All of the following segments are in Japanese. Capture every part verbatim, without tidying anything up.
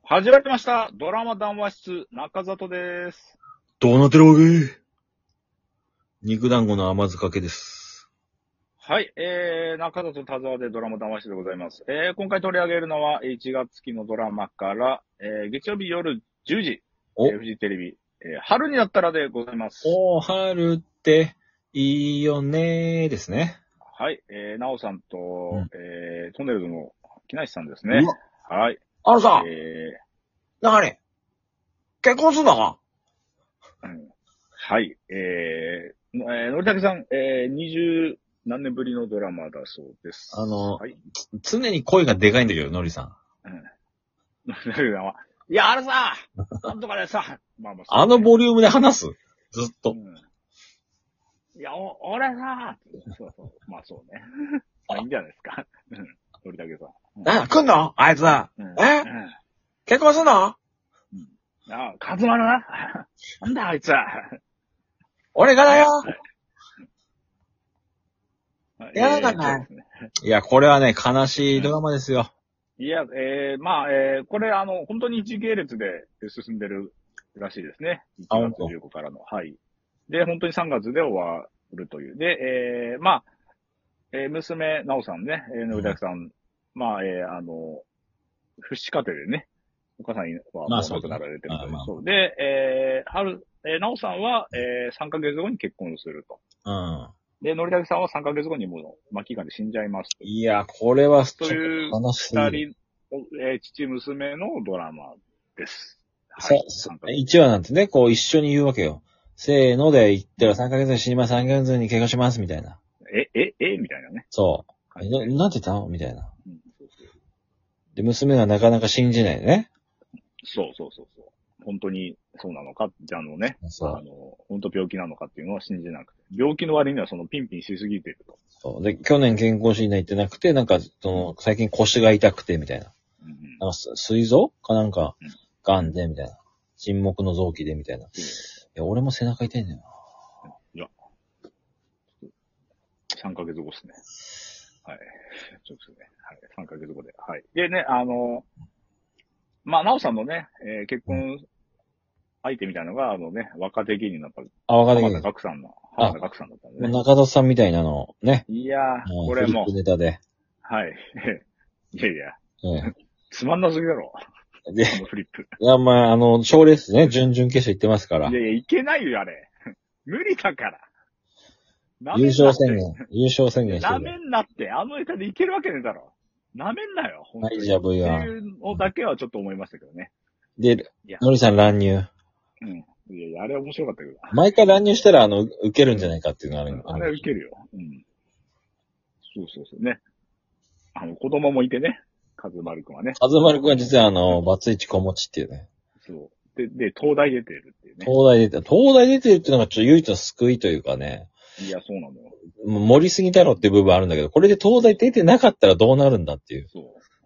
始まりました。ドラマ談話室、中里です。 どうなってるわけ？肉団子の甘酢かけです。 はい、えー、中里田沢でドラマ談話室でございます。えー、今回取り上げるのは、いちがつ期のドラマから、えー、月曜日夜じゅうじ、 お、 えー、フジテレビ、えー、春になったらでございます。 おー、春っていいよねーですね。 はい、えー、なおさんと、 うん、 えー、トンネルズの木梨さんですね。 うわ、 はい。 あのさ、 えなに結婚すんのか？ ー、うん、はい、えー、えー、のりたけさん、えー、二十何年ぶりのドラマだそうです。 あの、 はい。 常に声がでかいんだけど、のりさん。 うん。だけどいや、あれさ、なんとかでさ、まあまあ、 あのボリュームで話すずっと。 うん。いや、お、俺さ、そうそう、まあそうね。まあいいんじゃないですか。うん。鳥だけさ。うん。 え、来んのあいつ。 うん。 えうん。 結婚すんの？ うん。あ、カズマルな。なんだあいつは。 俺がだよ。やだえー、そうかなですね。 いや、これはね、悲しいドラうん。 マですよ。 いや、えー、まあ、えー、これ、あの、本当に一系列で進んでるらしいですね。 あ、 1月ほんと。 じゅうごからの。はい。で、本当にさんがつで終わるという。で、えー、まあ、えー、娘、なおさんね、えー、のりたけさん、まあ、えー、あの、不死家庭でね、お母さんはまあそうだね。 もう亡くなられてるという。 あまそう。で、えー、はる、えー、なおさんは、えー、さんかげつごに結婚すると。 あ、うん。 で、のりたけさんはさんかげつごにもう末期癌で死んじゃいますと。 いや、これはちとょっいうと悲しすぎ二る。 人、えー、父娘のドラマです。はさ、 い。 ささんかげつ。 いちわなんてね、こう一緒に言うわけよ。せーので言ったらさんかげつに死にます、さんかげつに怪我します、みたいな。 え、え、え、みたいなね。 そう。え、な、 感じで。 なんて言ったのみたいな。 うん、そうそう。 で、娘がなかなか信じないね。 そうそうそうそう。本当にそうなのか、じゃあのね、 そう。 あの、本当病気なのかっていうのは信じなくて。病気の割にはそのピンピンしすぎてると。 そう。で、去年健康診断行ってなくて、なんか、その、最近腰が痛くて、みたいな。 うんうん、 なんかす、膵臓かなんかうん、 癌で、みたいな。沈黙の臓器で、みたいな。いや、俺も背中痛いんだよな。 いや、さんかげつごっすね。はい。ちょっとね。はい。さんかげつごで。はい。でね、あの、まあ、なおさんのね、えー結うん。 婚相手みたいなのが、あのね、若手芸人だった、 あ、わか浜田るけど。 岳さんの、浜あ、 田岳さんだったんでもうね。 中田さんみたいなの、ね。 いやー、 うん、フリッこれもプネタで。 う、はい。いやいや、 うん。 つまんなすぎだろ。 で、 このフリップ。 いや、まあ、あの、賞レースね、準々決勝行ってますから。 いやいや、いけないよ、あれ。無理だから。な優めんなって。 勝宣言、優勝宣言してる。 なめんなって。あのネタでいけるわけねえだろ。なめんなよ、本当に。 はい、じゃあってブイワン。 いうのだけはちょっと思いましたけどね。 で、 いや、 のりさん乱入。 うん。いやいや、あれは面白かったけど。 毎回乱入したら、あの、受けるんじゃないかっていうのがある。 うん、あれはウケるよ。うん。そうそうそうね。あの、子供もいてね。カズマルくんはね。 カズマルくんは実はあの、バツイチ子持ちっていうね。 そう。で、で、東大出てるっていうね。 東大出てる。東大出てるっていうのがちょっと唯一の救いというかね。 いや、そうなのよ。 もう盛りすぎだろっていう部分あるんだけど、これで東大出てなかったらどうなるんだっていう。 そう。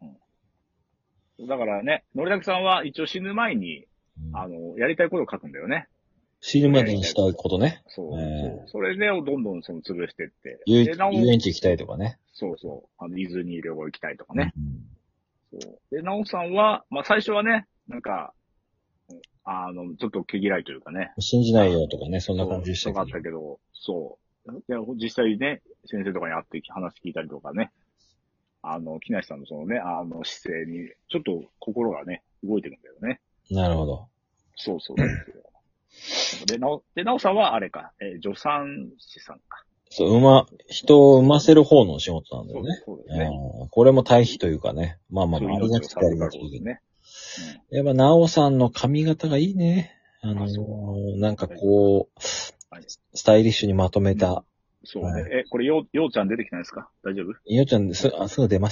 うん、だからね、のりたけさんは一応死ぬ前に、 うん、 あの、やりたいことを書くんだよね。 死ぬまでにしたいことね。 そう。 えー、 そう。それで、どんどんその潰してって。 遊で、なお、 遊園地行きたいとかね。 そうそう。あの、ディズニー旅行行きたいとかうん、 ね。そう。で、なおさんは、まあ最初はね、なんか、あの、ちょっと毛嫌いというかね。 信じないよとかね、そんな感じでしたそう、 けど。 とかあったけど、そう。で、実際ね、先生とかに会って話聞いたりとかね。あの、木梨さんのそのね、あの姿勢に、ちょっと心がね、動いてるんだよね。 なるほど。 そうそうそう。で、なお、で、なおさんはあれか、えー助産師さんか。 そう、馬、人を産ませる方の仕事なんだよね。 そうですね。 うん、これも対比というかね。まあまあそうまあ、ありがちってありがちですね。 うん、やっぱ、なおさんの髪型がいいね。あのあそなんかこう、 はい、 スタイリッシュにまとめた。うん、 そうね。はい、え、これ、よう、ようちゃん出てきたんですか？大丈夫？ ようちゃん、す、あ、すぐ出ます。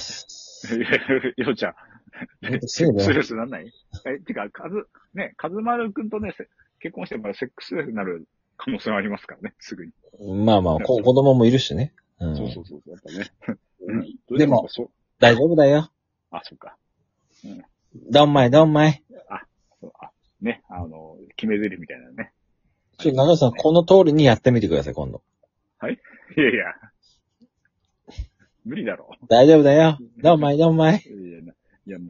ようちゃん。 すぐ出ます。 セックスレスなんないえ、てか、かず、ね、かずまるくんとね、結婚してもセックスレスになる可能性はありますからね、すぐに。 まあまあ、こ子供もいるしね。 うん、そうそうそう、やっぱね。 うん、でも、大丈夫だよ。 あ、そっか。 うん。どんまい、どんまい。 あ、そう、あ、ね、あの、決め台詞みたいなね。 ちょ、長さん、この通りにやってみてください、今度。 はい？いやいや。無理だろ。 大丈夫だよ。どんまい、どんまい。 いやいや、いやも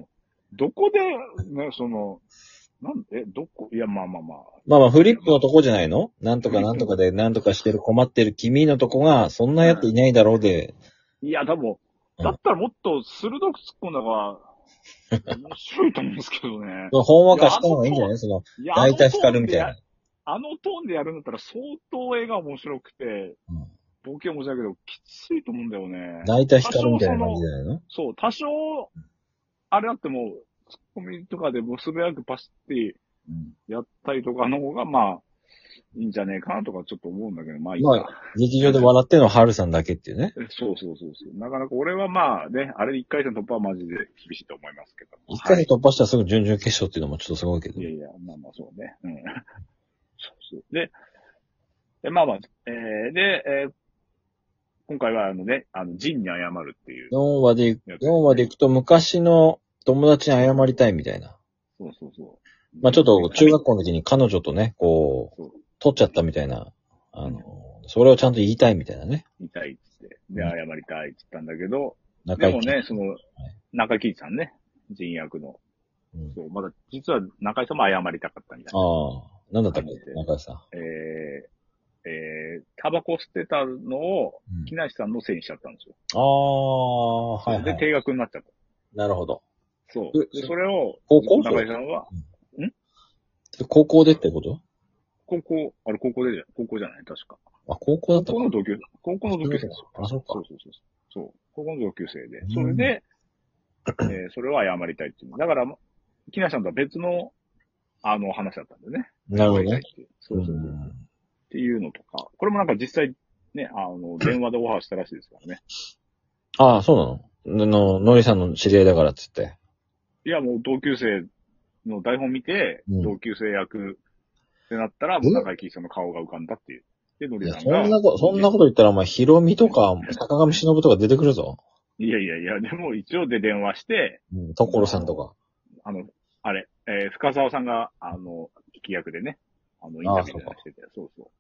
どこで、ね、その、なんで、どこ、いや、まあまあまあ。 まあまあ、フリップのとこじゃないの？なんとかなんとかでなんとかしてる困ってる君のとこが、そんなやついないだろうで。 いや、多分、だったらもっと鋭く突っ込んだ方が面白いと思うんですけどね。 ほんわかした方がいいんじゃない？その、 いや、 大体光るみたいな。 あのトーンでやるんだったら相当映画面白くて、うん、ボケ面白いけど、きついと思うんだよね。 大体光るみたいな感じじゃないの？ そう、多少、あれあっても、ツッコミとかでも素早くパシってやったりとかの方が、まあ、いいんじゃねえかなとかちょっと思うんだけど、まあいいか。まあ、 劇場で笑ってるのはハルさんだけっていうね。 そうそうそうそう。なかなか俺はまあね、あれ一回戦突破はマジで厳しいと思いますけど。 一回戦突破したらすぐ準々決勝っていうのもちょっとすごいけど。 いやいや、まあまあそうね。うん。そうそう。で、でまあまあ、えー、で、えー、今回はあのね、あの、ジンに謝るっていう。 よんわで、よんわで行くと昔の友達に謝りたいみたいな。 そうそうそう。 まあちょっと中学校の時に彼女とね、こう、取っちゃったみたいな、あの、うん、それをちゃんと言いたいみたいなね。 言いたいっつって。で、謝りたいって言ったんだけど、うん、でもね、その、中井貴一さんね、人役の。うん、そう、まだ、実は中井さんも謝りたかったみたいな。 ああ、なんだったっけ、中井さん。 えー、えー、タバコ吸ってたのを、木梨さんのせいにしちゃったんですよ。 ああ、はい、はい。 で、定額になっちゃった。 なるほど。 そう。で、それを、 高校中井さんは、 んん高校でってこと？ 高校、あれ高校でじゃ、高校じゃない確か。 あ、高校だったか。 高校の同級生。高校の同級生ですよ。 あ、そうか。 そうそうそう。そう。高校の同級生で。それで、えー、それを謝りたいっていう。だから、木梨さんとは別の、あの、話だったんでね。 なるほどね。 そうそうそう。っていうのとか。これもなんか実際、ね、あの、電話でオファーしたらしいですからね。 ああ、そうなの？の、のりさんの知り合いだからっつって。 いや、もう同級生の台本見て、うん、同級生役ってなったら、もう中井貴一さんの顔が浮かんだっていう。で、のりさんが。 そんなこと、そんなこと言ったら、お前、ヒロミとか、坂上忍とか出てくるぞ。 いやいやいや、でも一応で電話して、 うん、所さんとか。 あの、あれ、えー、深沢さんが、あの、聞き役でね、あの、インタビューしてて、そうそう。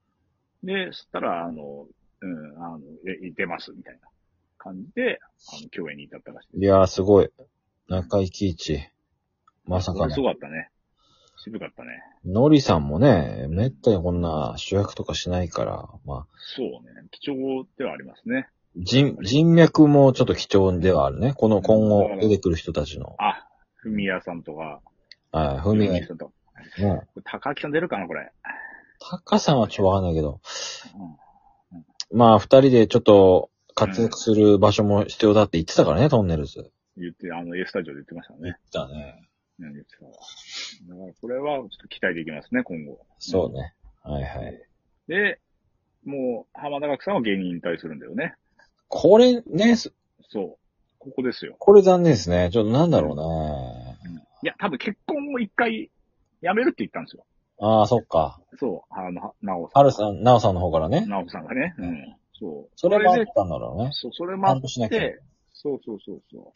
で、そしたら、あの、うん、あの、え、出ます、みたいな感じで、あの、共演に至ったらしい。 いやー、すごい。中井貴一。まさかの。 すごかったね。渋かったね。 のりさんもね、めったにこんな主役とかしないから、まあ。 そうね。貴重ではありますね。 人、人脈もちょっと貴重ではあるね。この今後出てくる人たちの。 あ、ふみやさんとか。 はい、ふみやさんとか。ね。高木さん出るかな、これ。 高さんはちょっとわかんないけど。うんうん、まあ、二人でちょっと活躍する場所も必要だって言ってたからね、うん、トンネルズ。 言って、あの、A スタジオで言ってましたね。 言ったね。 うん、言ってたわ。だから、これはちょっと期待できますね、今後。 そうね。はいはい。 で、もう、浜田岳さんは芸人引退するんだよね。 これね、 そう。ここですよ。 これ残念ですね。ちょっとなんだろうね。 うん、いや、多分結婚を一回やめるって言ったんですよ。 ああ、そっか。 そう。あの、なおさん。 はるさん、なおさんの方からね。 なおさんがね。うん。そう。 それもあったんだろうね。 そう、それもあって、そうそうそうそう。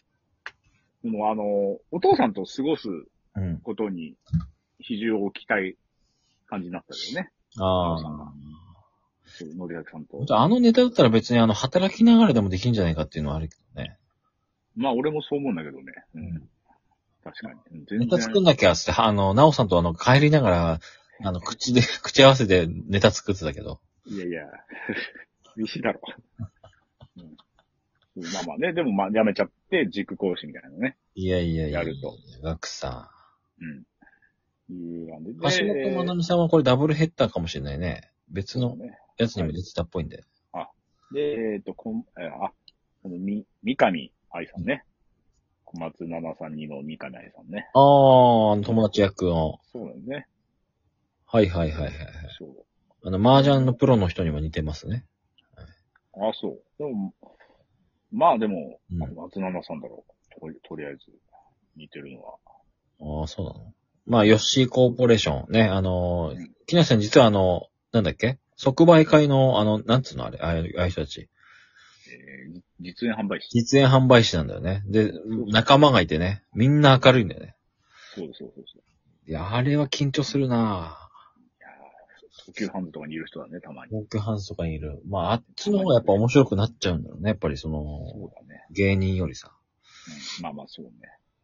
もうあの、お父さんと過ごすことに比重を置きたい感じになったよね。 うん、ああ。 そう、のりやきさんと。 あのネタだったら別にあの、働きながらでもできるんじゃないかっていうのはあるけどね。 まあ、俺もそう思うんだけどね。うん。確かに。 全然ネタ作んなきゃって、あの、なおさんとあの、帰りながら、あの、口で、口合わせでネタ作ってたけど。 いやいや、厳しいだろ。うん、まあまあね、でもまあ、やめちゃって、軸講師みたいなのね。 いやいやいや。 やると。 ガクさん。うん。いう感じで。 橋本まなみさんはこれダブルヘッダーかもしれないね。別のやつにも出てたっぽいんで。 はい、あ、で、えっ、ー、と、こん、えー、あ、このみ、三上愛さんね。小松菜奈さんにの三上愛さんね。 ああ、あの友達役の。 そうだよね。 はいはいはいはい。そう。あの、麻雀のプロの人にも似てますね。 はい、あ、そう。でも、まあでも、うん、小松菜奈さんだろう。とり、とりあえず、似てるのは。 ああ、そうなの。まあ、ヨッシーコーポレーションね、あの、うん、木梨さん実はあの、なんだっけ即売会の、あの、なんつうのあれ、ああいう人たち。 えー、実演販売士。 実演販売士なんだよね。で、そうそう仲間がいてね、みんな明るいんだよね。 そうそうそうそう。 いや、あれは緊張するなぁ。いや東急ハンズとかにいる人だね、たまに。 東急ハンズとかにいる。まあ、あっちの方がやっぱ面白くなっちゃうんだよね。やっぱりその、 そうだね。 芸人よりさ。 うん、まあまあそうね。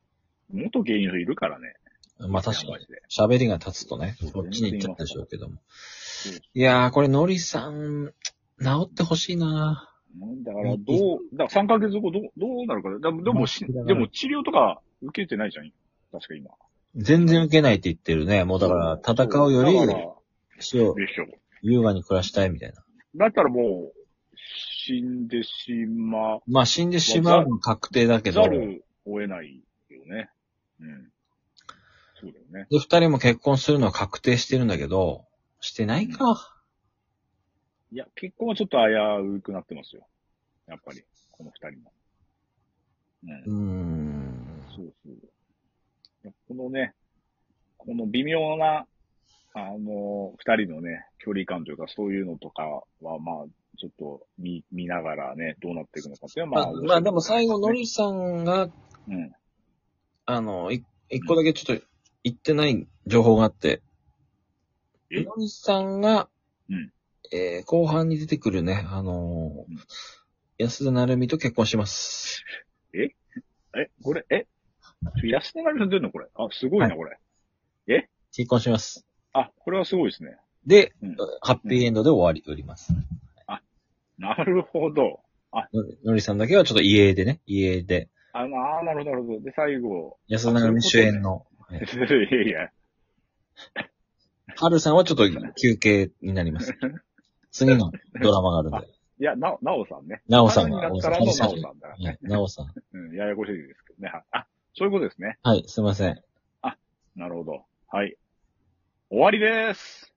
元芸人の人いるからね。 まあ確かに。 マジで喋りが立つとね、こっちに行っちゃったでしょうけども。いやー、これ、のりさん、治ってほしいなうんだから、どう、だからさんかげつごどう、どうなるかね。だでもし、でも治療とか受けてないじゃん。確か今。 全然受けないって言ってるね。もうだから、戦うより、 だから死をでしょ。 優雅に暮らしたいみたいな。 だったらもう、死んでしまう。 まあ死んでしまうのは確定だけど。 ざるを得ないよね。うん。そうだよね。 で、二人も結婚するのは確定してるんだけど、してないか。うん、 いや、結婚はちょっと危うくなってますよ。やっぱり、この二人も。 うん。うーん。 そうそう。このね、この微妙な、あの、二人のね、距離感というか、そういうのとかは、まあ、ちょっと見、見ながらね、どうなっていくのかっていうのは、まあ、 まあ、まあ、でも最後、のりさんが、 うん。 あの、い一個だけちょっと言ってない情報があって、 えのりさんが、 うん。 えー、後半に出てくるね、あのーうん、安田成美と結婚します。 ええこれ、え安田成美さん出るのこれ。あ、すごいな、はい、これ。え結婚します。 あ、これはすごいですね。 で、うん、ハッピーエンドで終わり、おります。 あ、なるほど。あ、 のりさんだけはちょっと家でね、家で。 あの、あなるほど、なるほど。で、最後。 安田成美主演の。 いやいや。 はるさんはちょっと休憩になります。次のドラマがあるんで。 いや、な、なおさんね。 なおさんが。 になったらのなおさんだ。 はい、なおさん。 うん、ややこしいですけどね。あ、そういうことですね。 はい、すいません。 あ、なるほど。はい。終わりです。